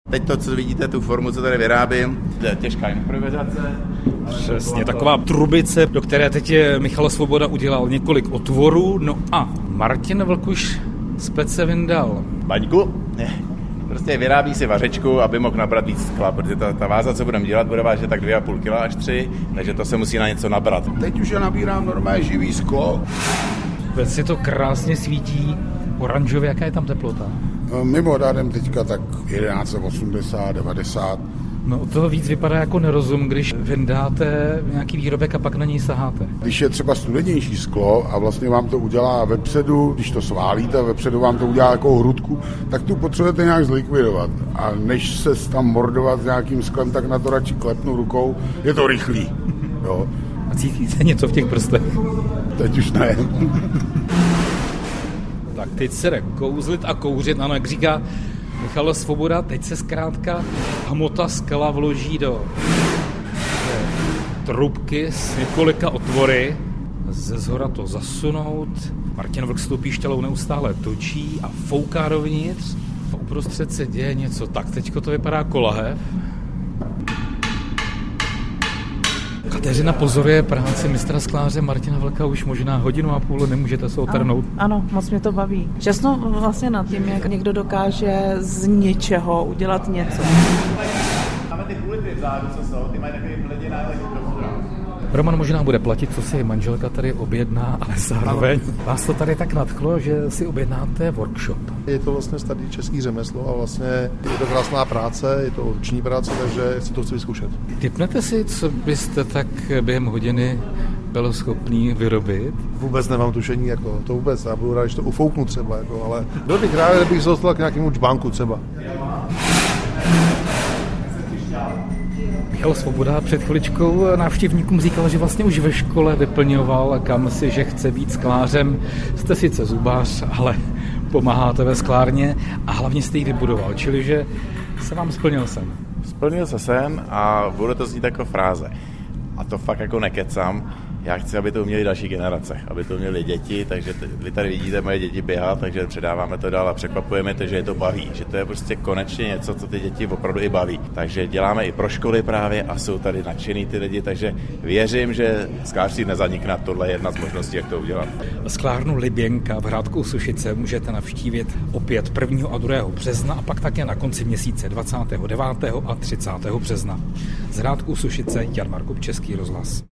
Teď to, co vidíte, tu formu, co tady vyrábím, je těžká improvizace. Přesně, taková trubice, do které teď Michal Svoboda udělal několik otvorů. No a Martin Vlk už z pece vyndal baňku. Prostě vyrábí si vařečku, aby mohl nabrat víc skla, protože ta váza, co budeme dělat, bude vážit tak 2,5 kg až 3, takže to se musí na něco nabrat. Teď už je nabírám normálně živý sklo. Teď si to krásně svítí oranžově, jaká je tam teplota? Mimo odhadem teďka tak 1180, 90. No toho víc vypadá jako nerozum, když vyndáte nějaký výrobek a pak na něj saháte. Když je třeba studenější sklo a vlastně vám to udělá vepředu, když to sválíte, vepředu vám to udělá jako hrudku, tak tu potřebujete nějak zlikvidovat. A než se tam mordovat s nějakým sklem, tak na to radši klepnu rukou, je to rychlý. Jo. A cítíte něco v těch prstech? Teď už ne. Tak teď se jde kouzlit a kouřit, ano, jak říká Michal Svoboda, teď se zkrátka hmota skla vloží do trubky s několika otvory, ze zhora to zasunout, Martin Vlk s tou píšťalou neustále točí a fouká dovnitř a uprostřed se děje něco, tak teďko to vypadá kolahev. Kateřina pozoruje práci mistra skláře Martina Vlka už možná 1,5 hodiny, nemůžete se otrhnout. Ano, moc mě to baví. Časno vlastně nad tím, jak někdo dokáže z ničeho udělat něco. Máme ty kulity vzadu, co jsou, ty mají takový hledě náhled do fura. Roman možná bude platit, co si manželka tady objedná, ale zároveň vás to tady tak nadchlo, že si objednáte workshop. Je to vlastně starý český řemeslo a vlastně je to krásná práce, je to ruční práce, takže si to chci vyzkoušet. Tipnete si, co byste tak během hodiny byl schopný vyrobit? Vůbec nemám tušení, jako, to vůbec, já budu rád, když to ufouknu třeba, jako, ale byl bych rád, kdybych se dostal k nějakému čbánku třeba. Michal Svoboda před chviličkou návštěvníkům říkal, že vlastně už ve škole vyplňoval kam si, že chce být sklářem. Jste sice zubář, ale pomáháte ve sklárně a hlavně jste ji vybudoval, čili že se vám splnil sen. Splnil se sen a bude to znít jako fráze. A to fakt jako nekecám. Já chci, aby to uměli další generace, aby to uměli děti, takže vy tady vidíte moje děti běhat, takže předáváme to dál a překvapujeme to, že je to baví, že to je prostě konečně něco, co ty děti opravdu i baví. Takže děláme i pro školy právě a jsou tady nadšený ty lidi, takže věřím, že sklářství nezanikne, tohle je jedna z možností, jak to udělat. Sklárnu Liběnka v Hrádku u Sušice můžete navštívit opět 1. a 2. března a pak také na konci měsíce 29. a 30. března. Z Hrádku u Sušice Jan Markup, Český rozhlas.